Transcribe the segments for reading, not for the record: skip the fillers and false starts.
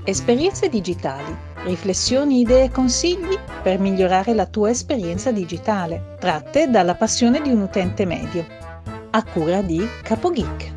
Esperienze digitali, riflessioni, idee e consigli per migliorare la tua esperienza digitale, tratte dalla passione di un utente medio, a cura di CapoGeek.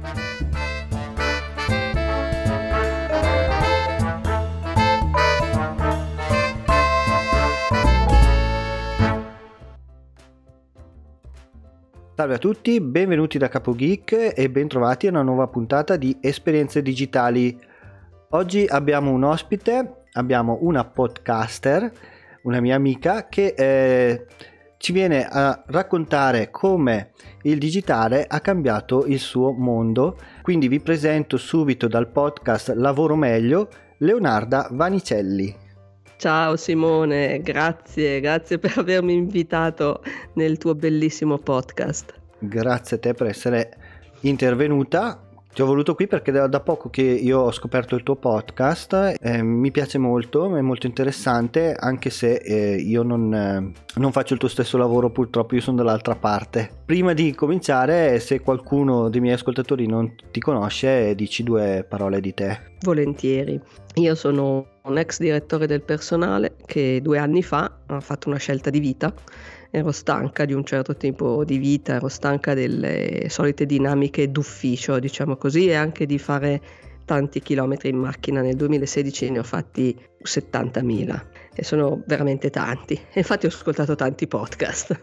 Salve a tutti, benvenuti da CapoGeek e bentrovati a una nuova puntata di Esperienze digitali. Oggi abbiamo un ospite, abbiamo una podcaster, una mia amica che ci viene a raccontare come il digitale ha cambiato il suo mondo. Quindi vi presento subito dal podcast Lavoro Meglio Leonarda Vanicelli. Ciao Simone, grazie per avermi invitato nel tuo bellissimo podcast. Grazie a te per essere intervenuta. Ti ho voluto qui perché da poco che io ho scoperto il tuo podcast, mi piace molto, è molto interessante, anche se io non faccio il tuo stesso lavoro, purtroppo io sono dall'altra parte. Prima di cominciare, se qualcuno dei miei ascoltatori non ti conosce, dici due parole di te. Volentieri. Io sono un ex direttore del personale che 2 anni fa ha fatto una scelta di vita. Ero stanca di un certo tipo di vita, ero stanca delle solite dinamiche d'ufficio, diciamo così, e anche di fare tanti chilometri in macchina. Nel 2016 ne ho fatti 70.000 e sono veramente tanti. Infatti ho ascoltato tanti podcast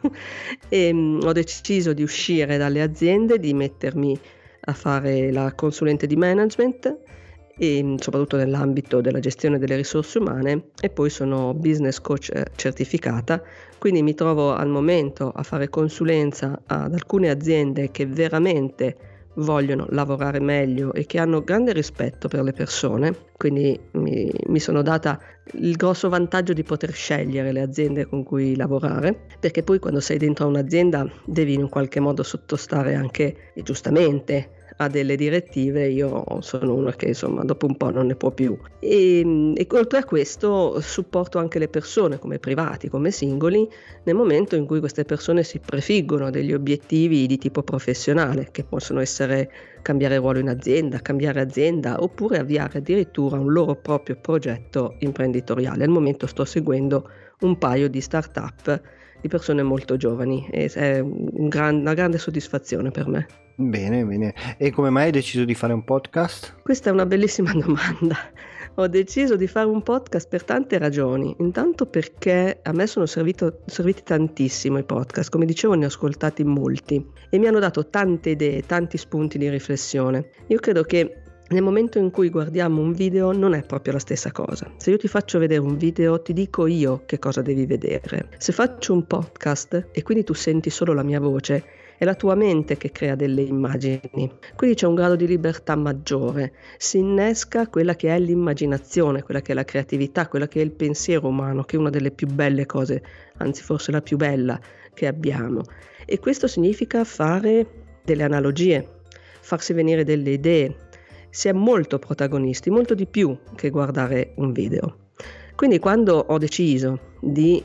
e ho deciso di uscire dalle aziende, di mettermi a fare la consulente di management e soprattutto nell'ambito della gestione delle risorse umane, e poi sono business coach certificata, quindi mi trovo al momento a fare consulenza ad alcune aziende che veramente vogliono lavorare meglio e che hanno grande rispetto per le persone. Quindi mi sono data il grosso vantaggio di poter scegliere le aziende con cui lavorare, perché poi quando sei dentro a un'azienda devi in qualche modo sottostare anche, e giustamente, a delle direttive. Io sono una che insomma dopo un po' non ne può più e oltre a questo supporto anche le persone come privati, come singoli, nel momento in cui queste persone si prefiggono degli obiettivi di tipo professionale, che possono essere cambiare ruolo in azienda, cambiare azienda, oppure avviare addirittura un loro proprio progetto imprenditoriale. Al momento sto seguendo un paio di start-up di persone molto giovani e è una grande soddisfazione per me. Bene. E come mai hai deciso di fare un podcast? Questa è una bellissima domanda. Ho deciso di fare un podcast per tante ragioni. Intanto perché a me sono serviti tantissimo i podcast, come dicevo ne ho ascoltati molti e mi hanno dato tante idee, tanti spunti di riflessione. Io credo che nel momento in cui guardiamo un video non è proprio la stessa cosa. Se io ti faccio vedere un video, ti dico io che cosa devi vedere. Se faccio un podcast e quindi tu senti solo la mia voce, è la tua mente che crea delle immagini. Quindi c'è un grado di libertà maggiore. Si innesca quella che è l'immaginazione, quella che è la creatività, quella che è il pensiero umano, che è una delle più belle cose, anzi forse la più bella che abbiamo. E questo significa fare delle analogie, farsi venire delle idee. Si è molto protagonisti, molto di più che guardare un video. Quindi quando ho deciso di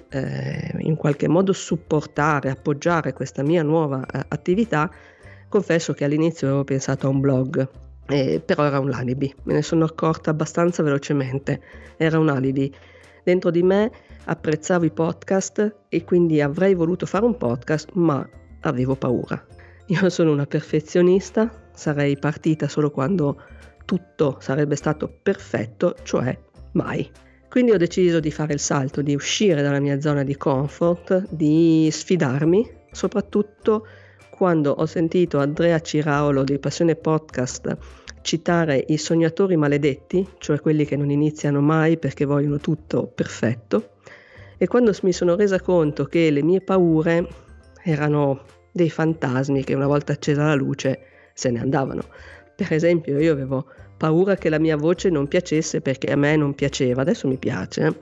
in qualche modo supportare, appoggiare questa mia nuova attività, confesso che all'inizio avevo pensato a un blog, però era un alibi, me ne sono accorta abbastanza velocemente, era un alibi. Dentro di me apprezzavo i podcast e quindi avrei voluto fare un podcast, ma avevo paura. Io sono una perfezionista, sarei partita solo quando tutto sarebbe stato perfetto, cioè mai. Quindi ho deciso di fare il salto, di uscire dalla mia zona di comfort, di sfidarmi, soprattutto quando ho sentito Andrea Ciraulo di Passione Podcast citare i sognatori maledetti, cioè quelli che non iniziano mai perché vogliono tutto perfetto, e quando mi sono resa conto che le mie paure erano dei fantasmi che una volta accesa la luce se ne andavano. Per esempio, io avevo paura che la mia voce non piacesse perché a me non piaceva, adesso mi piace.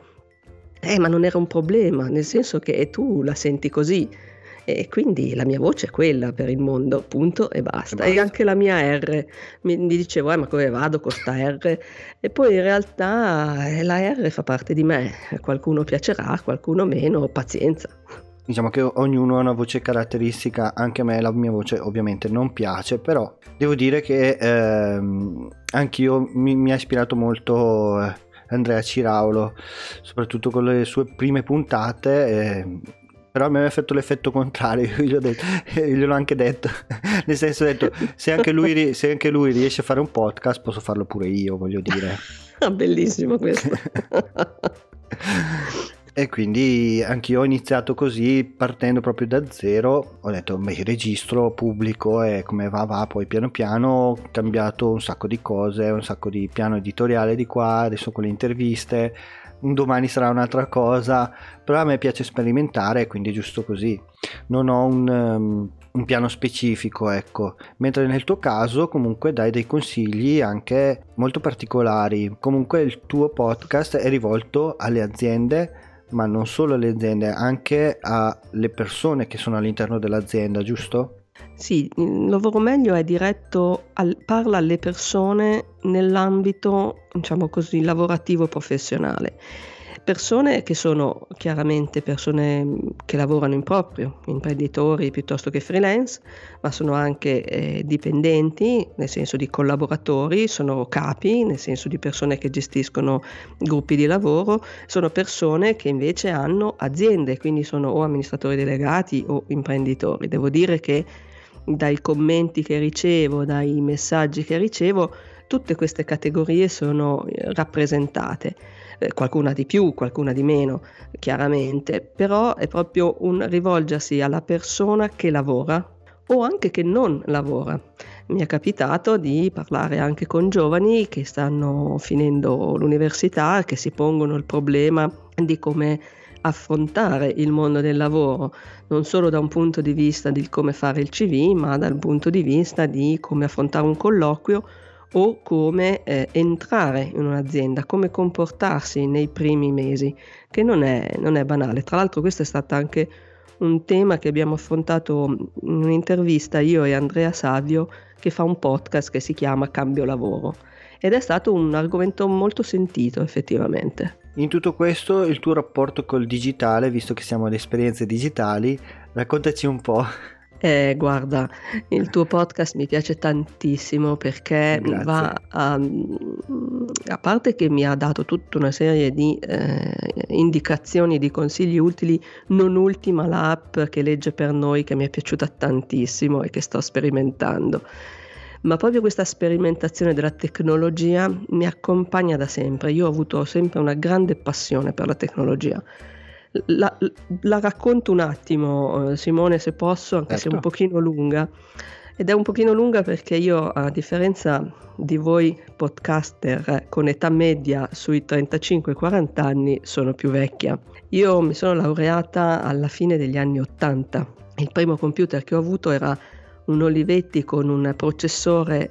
Ma non era un problema, nel senso che tu la senti così e quindi la mia voce è quella per il mondo, punto e basta. E anche la mia R, mi dicevo, ma come vado con sta R? E poi in realtà la R fa parte di me, qualcuno piacerà, qualcuno meno, pazienza. Diciamo che ognuno ha una voce caratteristica, anche a me la mia voce ovviamente non piace, però devo dire che anch'io mi ha ispirato molto Andrea Ciraulo, soprattutto con le sue prime puntate, però a me aveva fatto l'effetto contrario. Io gliel'ho anche detto, nel senso, ho detto, se anche lui riesce a fare un podcast, posso farlo pure io, voglio dire. Bellissimo questo. E quindi anch'io ho iniziato così, partendo proprio da zero. Ho detto, registro, pubblico e come va, poi piano piano ho cambiato un sacco di cose, un sacco di piano editoriale di qua, adesso con le interviste, un domani sarà un'altra cosa, però a me piace sperimentare, quindi è giusto così. Non ho un piano specifico, ecco, mentre nel tuo caso comunque dai dei consigli anche molto particolari. Comunque il tuo podcast è rivolto alle aziende, ma non solo alle aziende, anche alle persone che sono all'interno dell'azienda, giusto? Sì, il lavoro meglio è diretto, parla alle persone nell'ambito, diciamo così, lavorativo professionale. Persone che sono chiaramente persone che lavorano in proprio, imprenditori piuttosto che freelance, ma sono anche dipendenti, nel senso di collaboratori, sono capi, nel senso di persone che gestiscono gruppi di lavoro, sono persone che invece hanno aziende, quindi sono o amministratori delegati o imprenditori. Devo dire che dai commenti che ricevo, dai messaggi che ricevo, tutte queste categorie sono rappresentate. Qualcuna di più, qualcuna di meno, chiaramente, però è proprio un rivolgersi alla persona che lavora o anche che non lavora. Mi è capitato di parlare anche con giovani che stanno finendo l'università, che si pongono il problema di come affrontare il mondo del lavoro, non solo da un punto di vista di come fare il CV, ma dal punto di vista di come affrontare un colloquio o come entrare in un'azienda, come comportarsi nei primi mesi, che non è banale. Tra l'altro questo è stato anche un tema che abbiamo affrontato in un'intervista io e Andrea Savio, che fa un podcast che si chiama Cambio Lavoro, ed è stato un argomento molto sentito effettivamente. In tutto questo, il tuo rapporto col digitale, visto che siamo alle esperienze digitali, raccontaci un po'. Guarda, il tuo podcast mi piace tantissimo perché va a parte che mi ha dato tutta una serie di indicazioni, di consigli utili, non ultima l'app che legge per noi, che mi è piaciuta tantissimo e che sto sperimentando. Ma proprio questa sperimentazione della tecnologia mi accompagna da sempre. Io ho avuto sempre una grande passione per la tecnologia. La racconto un attimo, Simone, se posso, anche certo. Se è un pochino lunga. Ed è un pochino lunga perché io, a differenza di voi podcaster con età media sui 35-40 anni, sono più vecchia. Io mi sono laureata alla fine degli anni 80. Il primo computer che ho avuto era un Olivetti con un processore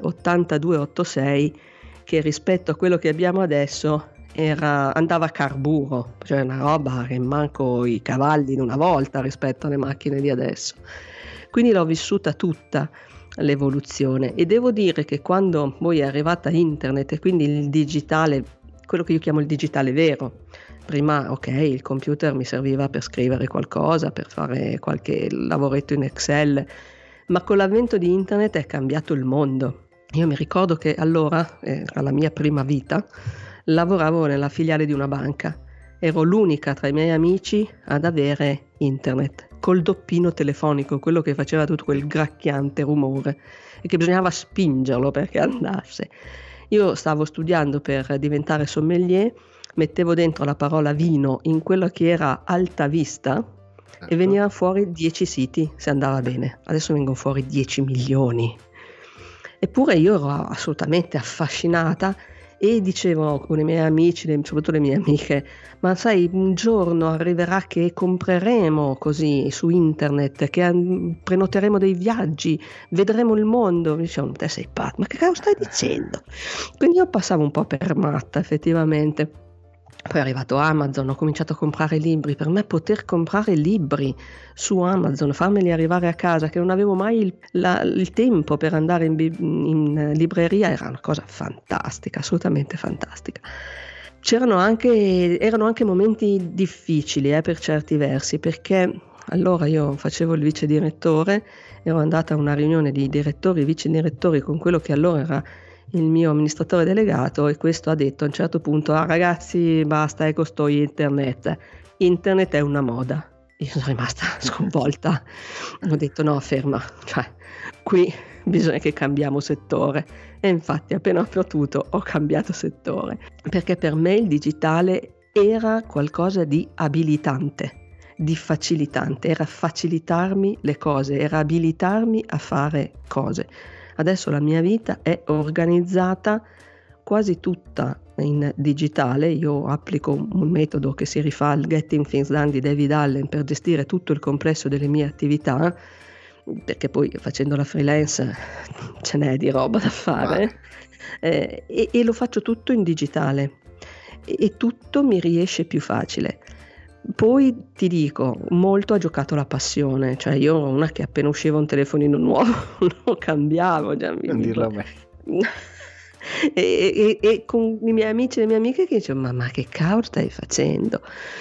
8286 che rispetto a quello che abbiamo adesso andava a carburo, cioè una roba che manco i cavalli in una volta rispetto alle macchine di adesso. Quindi l'ho vissuta tutta l'evoluzione e devo dire che quando poi è arrivata internet e quindi il digitale, quello che io chiamo il digitale vero, prima il computer mi serviva per scrivere qualcosa, per fare qualche lavoretto in Excel, ma con l'avvento di internet è cambiato il mondo. Io mi ricordo che allora, era la mia prima vita, lavoravo nella filiale di una banca. Ero l'unica tra i miei amici ad avere internet, col doppino telefonico, quello che faceva tutto quel gracchiante rumore e che bisognava spingerlo perché andasse. Io stavo studiando per diventare sommelier, mettevo dentro la parola vino in quello che era Alta Vista e venivano fuori 10 siti se andava bene. Adesso vengono fuori 10 milioni. Eppure io ero assolutamente affascinata e dicevo con i miei amici, soprattutto le mie amiche, ma sai, un giorno arriverà che compreremo così su internet, che prenoteremo dei viaggi, vedremo il mondo. Mi dicevano, te sei pazzo, ma che cazzo stai dicendo? Quindi io passavo un po' per matta effettivamente. Poi è arrivato Amazon, ho cominciato a comprare libri. Per me poter comprare libri su Amazon, farmeli arrivare a casa, che non avevo mai il tempo per andare in libreria, era una cosa fantastica, assolutamente fantastica. Erano anche momenti difficili per certi versi, perché allora io facevo il vice direttore, ero andata a una riunione di direttori e vice direttori con quello che allora era il mio amministratore delegato, e questo ha detto a un certo punto: ragazzi, basta, ecco sto internet è una moda. Io sono rimasta sconvolta, ho detto no, ferma, cioè qui bisogna che cambiamo settore. E infatti appena ho potuto ho cambiato settore, perché per me il digitale era qualcosa di abilitante, di facilitante, era facilitarmi le cose, era abilitarmi a fare cose. Adesso la mia vita è organizzata quasi tutta in digitale. Io applico un metodo che si rifà al Getting Things Done di David Allen per gestire tutto il complesso delle mie attività, perché poi facendo la freelance ce n'è di roba da fare, e lo faccio tutto in digitale e tutto mi riesce più facile. Poi ti dico, molto ha giocato la passione, cioè io ero una che appena usciva un telefonino nuovo lo cambiavo, già Non dirlo a me. e con i miei amici e le mie amiche che dicevano ma che cavolo stai facendo?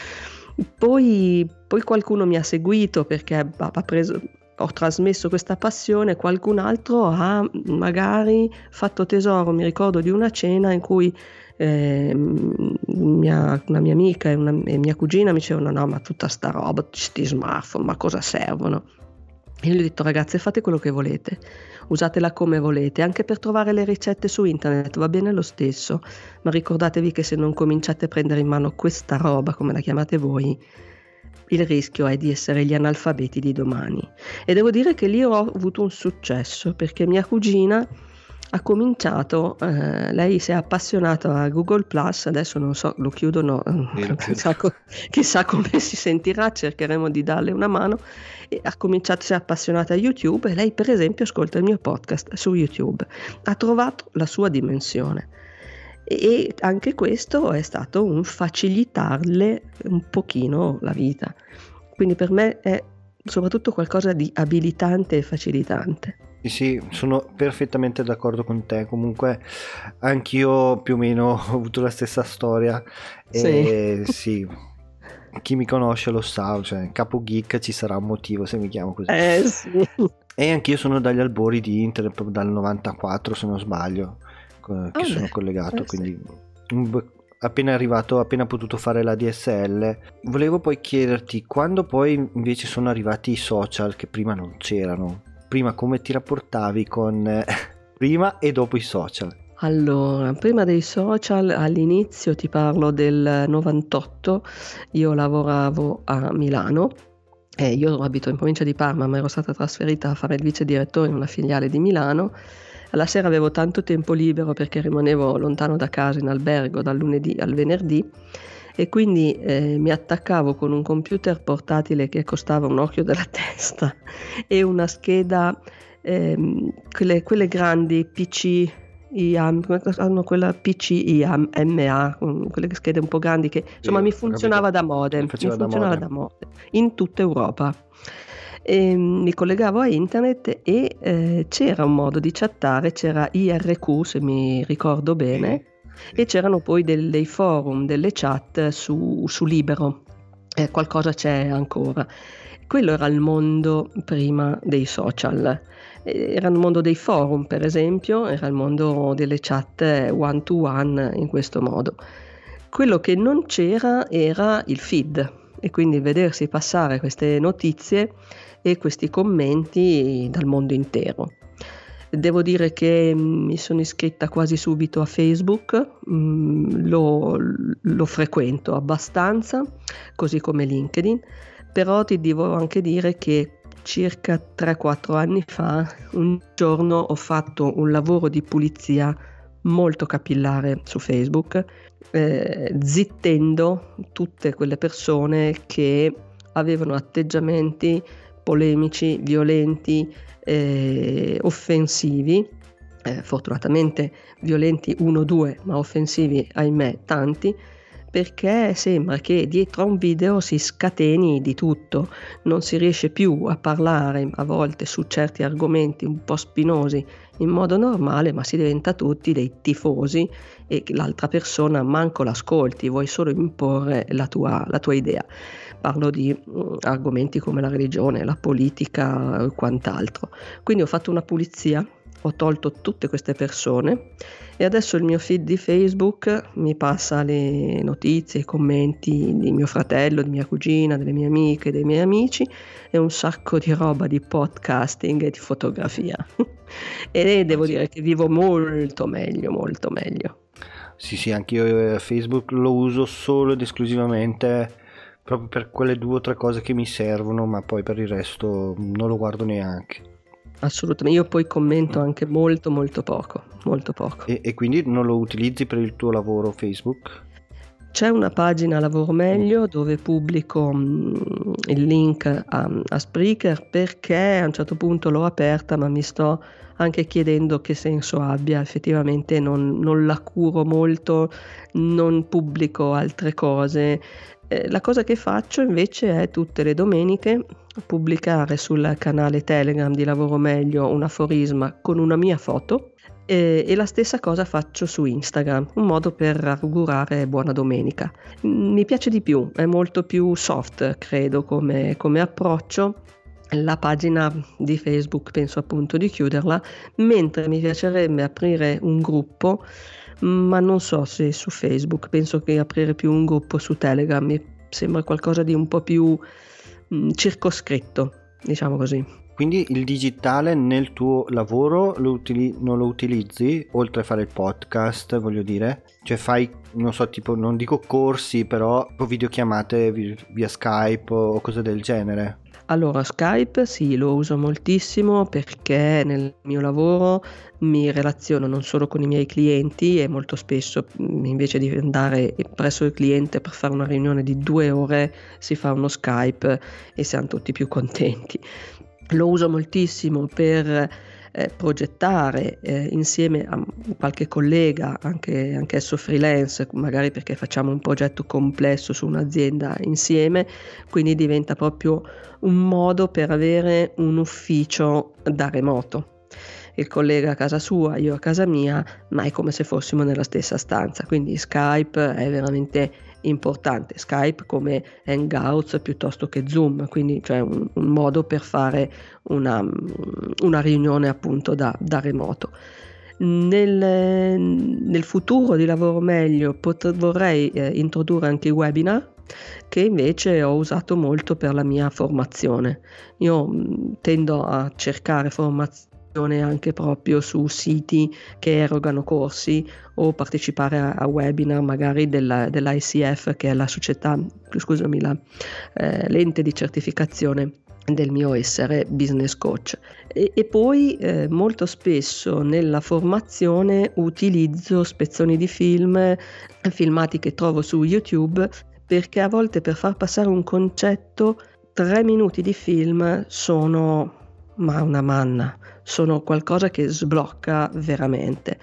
Poi qualcuno mi ha seguito perché ho trasmesso questa passione, qualcun altro ha magari fatto tesoro. Mi ricordo di una cena in cui una mia amica e mia cugina mi dicevano no, ma tutta sta roba, sti smartphone, ma cosa servono? E io gli ho detto ragazze, fate quello che volete, usatela come volete, anche per trovare le ricette su internet va bene lo stesso, ma ricordatevi che se non cominciate a prendere in mano questa roba, come la chiamate voi, il rischio è di essere gli analfabeti di domani. E devo dire che lì ho avuto un successo, perché mia cugina ha cominciato, lei si è appassionata a Google Plus, adesso non so, lo chiudono, chissà come si sentirà, cercheremo di darle una mano, e ha cominciato, si è appassionata a YouTube, e lei per esempio ascolta il mio podcast su YouTube, ha trovato la sua dimensione. E anche questo è stato un facilitarle un pochino la vita, quindi per me è soprattutto qualcosa di abilitante e facilitante. Sì, sono perfettamente d'accordo con te. Comunque anch'io più o meno ho avuto la stessa storia e sì, chi mi conosce lo sa, cioè Capo Geek ci sarà un motivo se mi chiamo così. Sì. E anch'io sono dagli albori di internet, proprio dal 94 se non sbaglio, che sono collegato, quindi appena arrivato, appena potuto fare la DSL. Volevo poi chiederti, quando poi invece sono arrivati i social che prima non c'erano, prima come ti rapportavi con prima e dopo i social? Allora, prima dei social, all'inizio ti parlo del 98, io lavoravo a Milano, io abito in provincia di Parma, ma ero stata trasferita a fare il vice direttore in una filiale di Milano. Alla sera avevo tanto tempo libero perché rimanevo lontano da casa in albergo dal lunedì al venerdì, e quindi mi attaccavo con un computer portatile che costava un occhio della testa e una scheda, quelle grandi PC IAM, hanno quella PC IAM MA, quelle schede un po' grandi che insomma mi funzionava da modem, in tutta Europa. Mi collegavo a internet e c'era un modo di chattare, c'era IRQ se mi ricordo bene, e c'erano poi dei forum, delle chat su Libero, qualcosa c'è ancora. Quello era il mondo prima dei social, era il mondo dei forum per esempio, era il mondo delle chat one to one in questo modo. Quello che non c'era era il feed, e quindi vedersi passare queste notizie e questi commenti dal mondo intero. Devo dire che mi sono iscritta quasi subito a Facebook, lo frequento abbastanza, così come LinkedIn, però ti devo anche dire che circa 3-4 anni fa, un giorno ho fatto un lavoro di pulizia molto capillare su Facebook, zittendo tutte quelle persone che avevano atteggiamenti polemici, violenti, offensivi, fortunatamente violenti 1-2, ma offensivi ahimè tanti, perché sembra che dietro a un video si scateni di tutto, non si riesce più a parlare a volte su certi argomenti un po' spinosi in modo normale, ma si diventa tutti dei tifosi e l'altra persona manco l'ascolti, vuoi solo imporre la tua idea. Parlo di argomenti come la religione, la politica e quant'altro. Quindi ho fatto una pulizia ho tolto tutte queste persone e adesso il mio feed di Facebook mi passa le notizie, i commenti di mio fratello, di mia cugina, delle mie amiche, dei miei amici e un sacco di roba di podcasting e di fotografia. E devo dire che vivo molto meglio, molto meglio. Sì, anch'io Facebook lo uso solo ed esclusivamente proprio per quelle 2 o 3 cose che mi servono, ma poi per il resto non lo guardo neanche. Assolutamente, io poi commento anche molto poco. E quindi non lo utilizzi per il tuo lavoro Facebook? C'è una pagina Lavoro Meglio dove pubblico il link a Spreaker, perché a un certo punto l'ho aperta, ma mi sto anche chiedendo che senso abbia. Effettivamente non la curo molto, non pubblico altre cose. La cosa che faccio invece è tutte le domeniche pubblicare sul canale Telegram di Lavoro Meglio un aforisma con una mia foto, e la stessa cosa faccio su Instagram, un modo per augurare buona domenica. Mi piace di più, è molto più soft, credo, come approccio. La pagina di Facebook penso appunto di chiuderla, mentre mi piacerebbe aprire un gruppo, ma non so se su Facebook. Penso che aprire più un gruppo su Telegram mi sembra qualcosa di un po' più circoscritto, diciamo così. Quindi il digitale nel tuo lavoro non lo utilizzi, oltre a fare il podcast, voglio dire? Cioè fai, non so, tipo, non dico corsi, però videochiamate via Skype o cose del genere? Allora, Skype sì, lo uso moltissimo perché nel mio lavoro mi relaziono non solo con i miei clienti, e molto spesso invece di andare presso il cliente per fare una riunione di 2 ore si fa uno Skype e siamo tutti più contenti. Lo uso moltissimo per progettare insieme a qualche collega, anch'esso freelance, magari perché facciamo un progetto complesso su un'azienda insieme, quindi diventa proprio un modo per avere un ufficio da remoto. Il collega a casa sua, io a casa mia, ma è come se fossimo nella stessa stanza, quindi Skype è veramente importante. Skype come Hangouts piuttosto che Zoom, quindi cioè un modo per fare una riunione appunto da remoto. Nel futuro di Lavoro Meglio vorrei introdurre anche i webinar, che invece ho usato molto per la mia formazione. Io tendo a cercare formazione anche proprio su siti che erogano corsi, o partecipare a webinar magari dell'ICF, che è la società, l'ente di certificazione del mio essere business coach. E poi molto spesso nella formazione utilizzo spezzoni di filmati che trovo su YouTube, perché a volte per far passare un concetto 3 minuti di film sono una manna, sono qualcosa che sblocca veramente.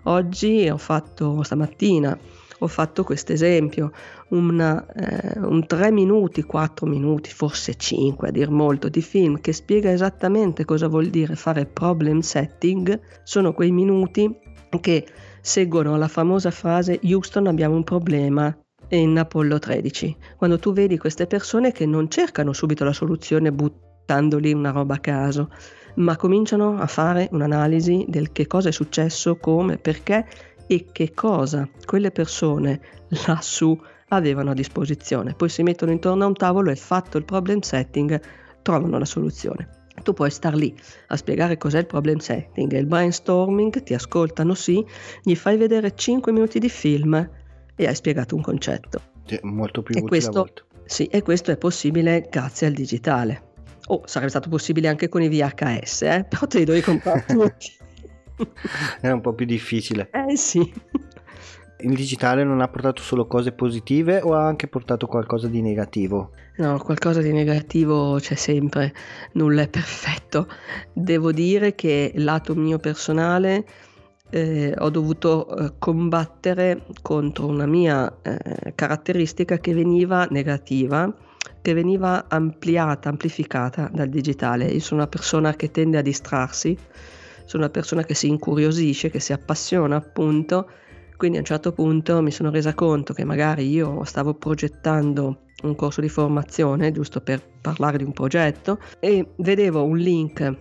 Stamattina ho fatto questo esempio, un 3 minuti, 4 minuti, forse 5 a dir molto, di film che spiega esattamente cosa vuol dire fare problem setting. Sono quei minuti che seguono la famosa frase Houston, abbiamo un problema, in Apollo 13, quando tu vedi queste persone che non cercano subito la soluzione buttando lì una roba a caso, ma cominciano a fare un'analisi del che cosa è successo, come, perché e che cosa quelle persone lassù avevano a disposizione. Poi si mettono intorno a un tavolo e, fatto il problem setting, trovano la soluzione. Tu puoi star lì a spiegare cos'è il problem setting e il brainstorming, ti ascoltano, sì, gli fai vedere 5 minuti di film e hai spiegato un concetto. Molto più utile a volte. Sì, e questo è possibile grazie al digitale. Sarebbe stato possibile anche con i VHS, però te li devi comprare tutti. Era un po' più difficile. Sì. Il digitale non ha portato solo cose positive o ha anche portato qualcosa di negativo? No, qualcosa di negativo c'è sempre, nulla è perfetto. Devo dire che lato mio personale ho dovuto combattere contro una mia caratteristica che veniva negativa, che veniva amplificata dal digitale. Io sono una persona che tende a distrarsi, sono una persona che si incuriosisce, che si appassiona appunto, quindi a un certo punto mi sono resa conto che magari io stavo progettando un corso di formazione, giusto per parlare di un progetto, e vedevo un link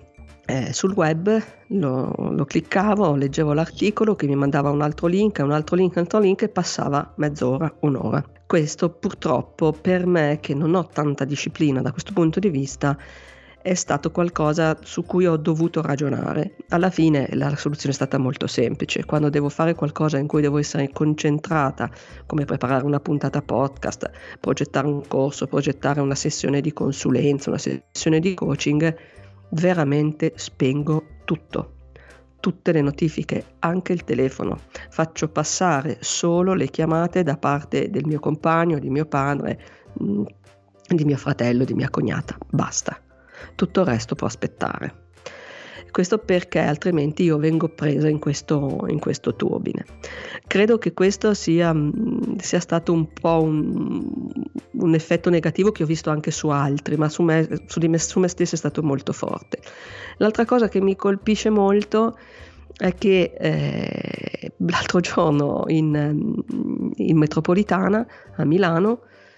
sul web, lo cliccavo, leggevo l'articolo che mi mandava un altro link e passava mezz'ora, un'ora. Questo purtroppo per me, che non ho tanta disciplina da questo punto di vista, è stato qualcosa su cui ho dovuto ragionare. Alla fine la soluzione è stata molto semplice. Quando devo fare qualcosa in cui devo essere concentrata, come preparare una puntata podcast, progettare un corso, progettare una sessione di consulenza, una sessione di coaching, veramente spengo tutto, tutte le notifiche, anche il telefono. Faccio passare solo le chiamate da parte del mio compagno, di mio padre, di mio fratello, di mia cognata. Basta. Tutto il resto può aspettare. Questo perché altrimenti io vengo presa in questo turbine. Credo che questo sia stato un po' un effetto negativo che ho visto anche su altri, ma su me stesso è stato molto forte. L'altra cosa che mi colpisce molto è che l'altro giorno in metropolitana a Milano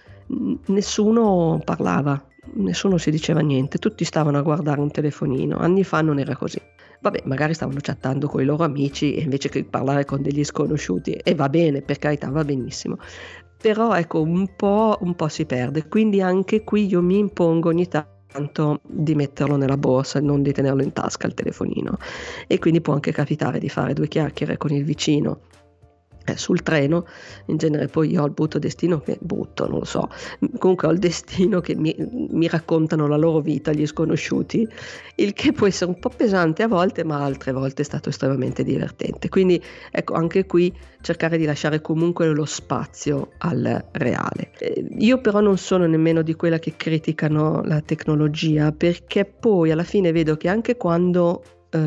nessuno parlava. Nessuno si diceva niente, tutti stavano a guardare un telefonino. Anni fa non era così. Vabbè, magari stavano chattando con i loro amici invece che parlare con degli sconosciuti, e va bene, per carità, va benissimo. Però ecco, un po' si perde, quindi anche qui io mi impongo ogni tanto di metterlo nella borsa e non di tenerlo in tasca il telefonino, e quindi può anche capitare di fare due chiacchiere con il vicino sul treno. In genere poi io ho il brutto destino non lo so, comunque ho il destino che mi raccontano la loro vita gli sconosciuti, il che può essere un po' pesante a volte, ma altre volte è stato estremamente divertente. Quindi ecco, anche qui cercare di lasciare comunque lo spazio al reale. Io però non sono nemmeno di quella che criticano la tecnologia, perché poi alla fine vedo che anche quando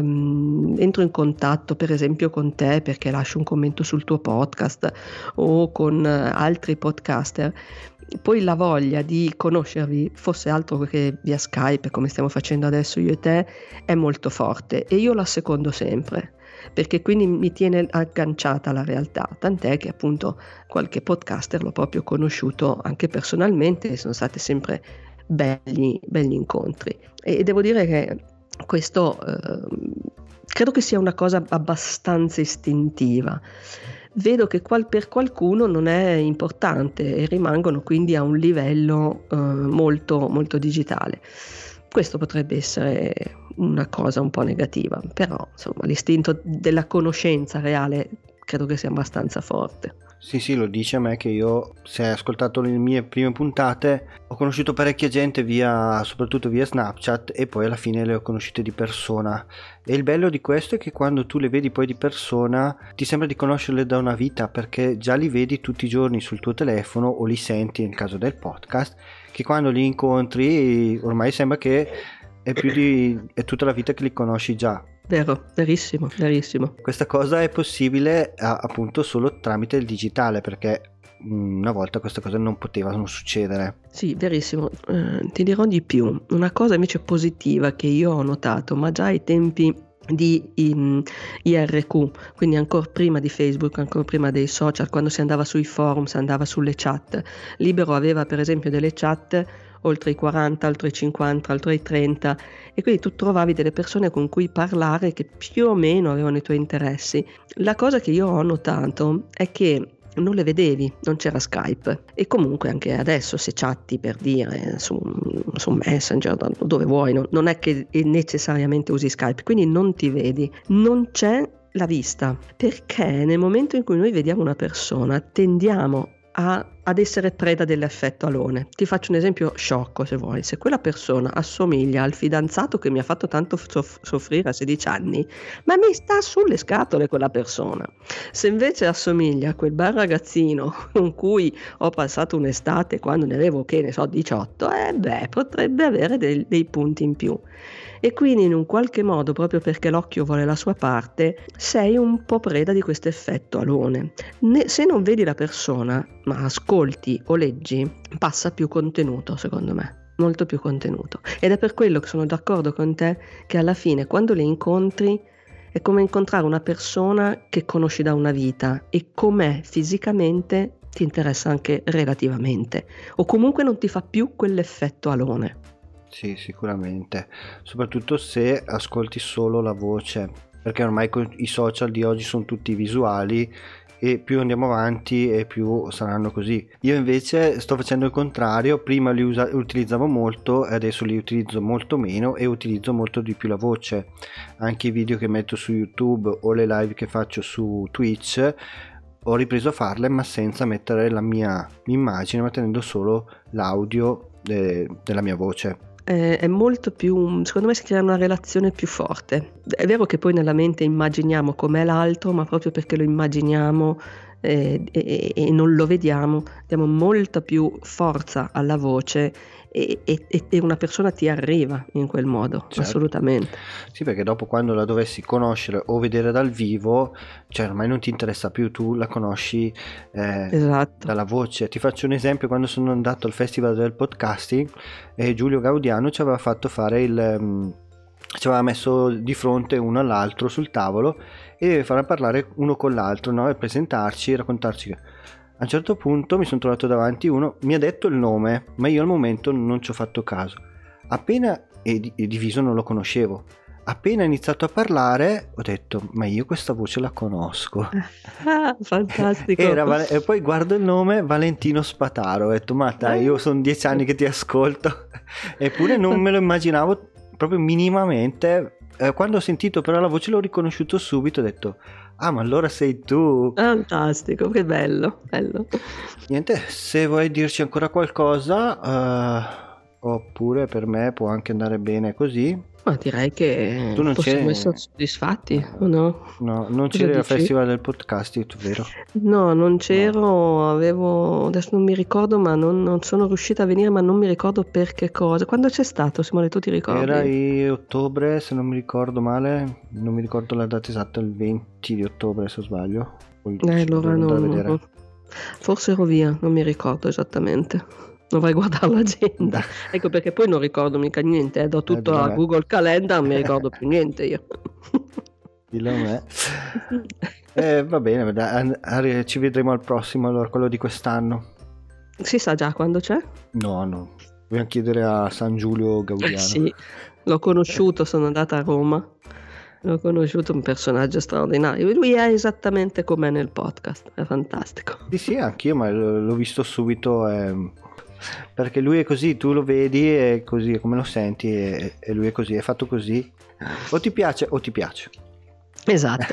entro in contatto per esempio con te perché lascio un commento sul tuo podcast o con altri podcaster, poi la voglia di conoscervi, fosse altro che via Skype come stiamo facendo adesso io e te, è molto forte, e io la secondo sempre, perché quindi mi tiene agganciata alla realtà, tant'è che appunto qualche podcaster l'ho proprio conosciuto anche personalmente e sono stati sempre belli incontri, e devo dire che questo credo che sia una cosa abbastanza istintiva. Vedo che per qualcuno non è importante e rimangono quindi a un livello molto, molto digitale. Questo potrebbe essere una cosa un po' negativa, però insomma l'istinto della conoscenza reale credo che sia abbastanza forte. Sì, lo dice a me che io, se hai ascoltato le mie prime puntate, ho conosciuto parecchia gente soprattutto via Snapchat, e poi alla fine le ho conosciute di persona, e il bello di questo è che quando tu le vedi poi di persona ti sembra di conoscerle da una vita, perché già li vedi tutti i giorni sul tuo telefono o li senti nel caso del podcast, che quando li incontri ormai sembra che è tutta la vita che li conosci già. Vero, verissimo. Questa cosa è possibile appunto solo tramite il digitale, perché una volta queste cose non potevano succedere. Sì, verissimo. Ti dirò di più. Una cosa invece positiva che io ho notato, ma già ai tempi di IRQ, quindi ancora prima di Facebook, ancora prima dei social, quando si andava sui forum, si andava sulle chat. Libero aveva per esempio delle chat oltre i 40, oltre i 50, oltre i 30, e quindi tu trovavi delle persone con cui parlare che più o meno avevano i tuoi interessi. La cosa che io ho notato è che non le vedevi, non c'era Skype, e comunque anche adesso se chatti per dire su Messenger, dove vuoi, non è che necessariamente usi Skype, quindi non ti vedi, non c'è la vista, perché nel momento in cui noi vediamo una persona tendiamo ad essere preda dell'effetto alone. Ti faccio un esempio sciocco se vuoi. Se quella persona assomiglia al fidanzato che mi ha fatto tanto soffrire a 16 anni, ma mi sta sulle scatole quella persona. Se invece assomiglia a quel bel ragazzino con cui ho passato un'estate quando ne avevo, 18, potrebbe avere dei punti in più. E quindi in un qualche modo, proprio perché l'occhio vuole la sua parte, sei un po' preda di questo effetto alone. Se non vedi la persona, ma ascolti o leggi, passa più contenuto, secondo me, molto più contenuto. Ed è per quello che sono d'accordo con te che alla fine, quando le incontri, è come incontrare una persona che conosci da una vita, e com'è fisicamente ti interessa anche relativamente, o comunque non ti fa più quell'effetto alone. Sì, sicuramente, soprattutto se ascolti solo la voce, perché ormai i social di oggi sono tutti visuali e più andiamo avanti e più saranno così. Io invece sto facendo il contrario, prima li utilizzavo molto e adesso li utilizzo molto meno e utilizzo molto di più la voce. Anche i video che metto su YouTube o le live che faccio su Twitch ho ripreso a farle ma senza mettere la mia immagine, ma tenendo solo l'audio della mia voce. È molto più, secondo me si crea una relazione più forte. È vero che poi nella mente immaginiamo com'è l'altro, ma proprio perché lo immaginiamo e non lo vediamo, diamo molta più forza alla voce e una persona ti arriva in quel modo, Certo. Assolutamente. Sì, perché dopo quando la dovessi conoscere o vedere dal vivo, cioè ormai non ti interessa più, tu la conosci Esatto. dalla voce. Ti faccio un esempio: quando sono andato al Festival del Podcasting, Giulio Gaudiano ci aveva fatto fare ci aveva messo di fronte uno all'altro sul tavolo e fare parlare uno con l'altro, no? E presentarci, raccontarci. A un certo punto mi sono trovato davanti uno, mi ha detto il nome, ma io al momento non ci ho fatto caso. Appena di viso non lo conoscevo. Appena iniziato a parlare ho detto, ma io questa voce la conosco. Fantastico. E poi guardo il nome, Valentino Spataro. Ho detto, ma dai, io sono 10 anni che ti ascolto. Eppure non me lo immaginavo proprio minimamente. Quando ho sentito però la voce l'ho riconosciuto subito, ho detto, ah, ma allora sei tu. Fantastico, che bello. Niente, se vuoi dirci ancora qualcosa, oppure per me può anche andare bene così. Ma direi che Tu non possiamo essere soddisfatti, o no? No, non Cosa c'eri al dici? Festival del Podcasting, vero? No, non c'ero, adesso non mi ricordo, ma non sono riuscita a venire, ma non mi ricordo per che cosa. Quando c'è stato, Simone, tu ti ricordi? Era in ottobre, se non mi ricordo male, non mi ricordo la data esatta, il 20 di ottobre se sbaglio. Allora devo andare a vedere. forse ero via, non mi ricordo esattamente. Dovrei guardare l'agenda. Ecco perché poi non ricordo mica niente, do tutto a Google Calendar, non mi ricordo più niente io. Dillo a me. Va bene, ci vedremo al prossimo, allora, quello di quest'anno. Si sa già quando c'è? No, dobbiamo chiedere a San Giulio Gaudiano. Sì, l'ho conosciuto, sono andata a Roma, l'ho conosciuto, un personaggio straordinario. Lui è esattamente com'è nel podcast, è fantastico. Sì, anch'io, ma l'ho visto subito, perché lui è così, tu lo vedi e così, come lo senti, e lui è così, è fatto così. O ti piace o ti piace. Esatto.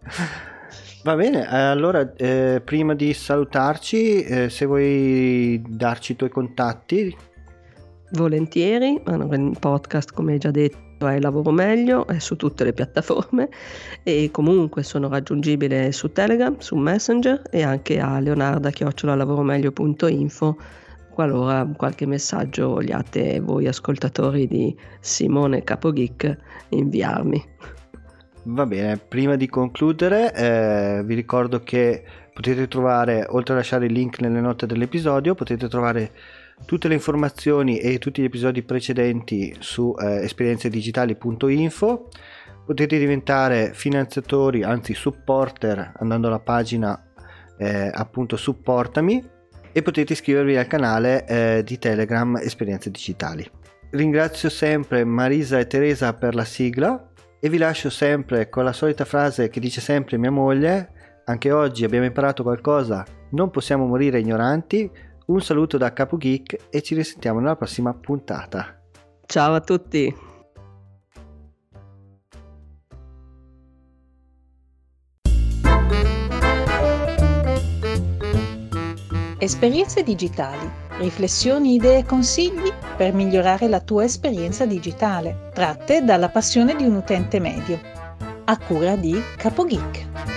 Va bene, allora prima di salutarci, se vuoi darci i tuoi contatti. Volentieri, il podcast, come hai già detto, è Lavoro Meglio, è su tutte le piattaforme e comunque sono raggiungibile su Telegram, su Messenger e anche a leonarda@lavoromeglio.info qualora qualche messaggio vogliate voi ascoltatori di Simone Capogeek inviarmi. Va bene, prima di concludere vi ricordo che potete trovare, oltre a lasciare il link nelle note dell'episodio, potete trovare tutte le informazioni e tutti gli episodi precedenti su esperienzedigitali.info. Potete diventare finanziatori, anzi supporter, andando alla pagina appunto supportami, e potete iscrivervi al canale di Telegram Esperienze Digitali. Ringrazio sempre Marisa e Teresa per la sigla e vi lascio sempre con la solita frase che dice sempre mia moglie: anche oggi abbiamo imparato qualcosa, non possiamo morire ignoranti. Un saluto da Capo Geek e ci risentiamo nella prossima puntata. Ciao a tutti! Esperienze digitali, riflessioni, idee e consigli per migliorare la tua esperienza digitale, tratte dalla passione di un utente medio. A cura di Capo Geek.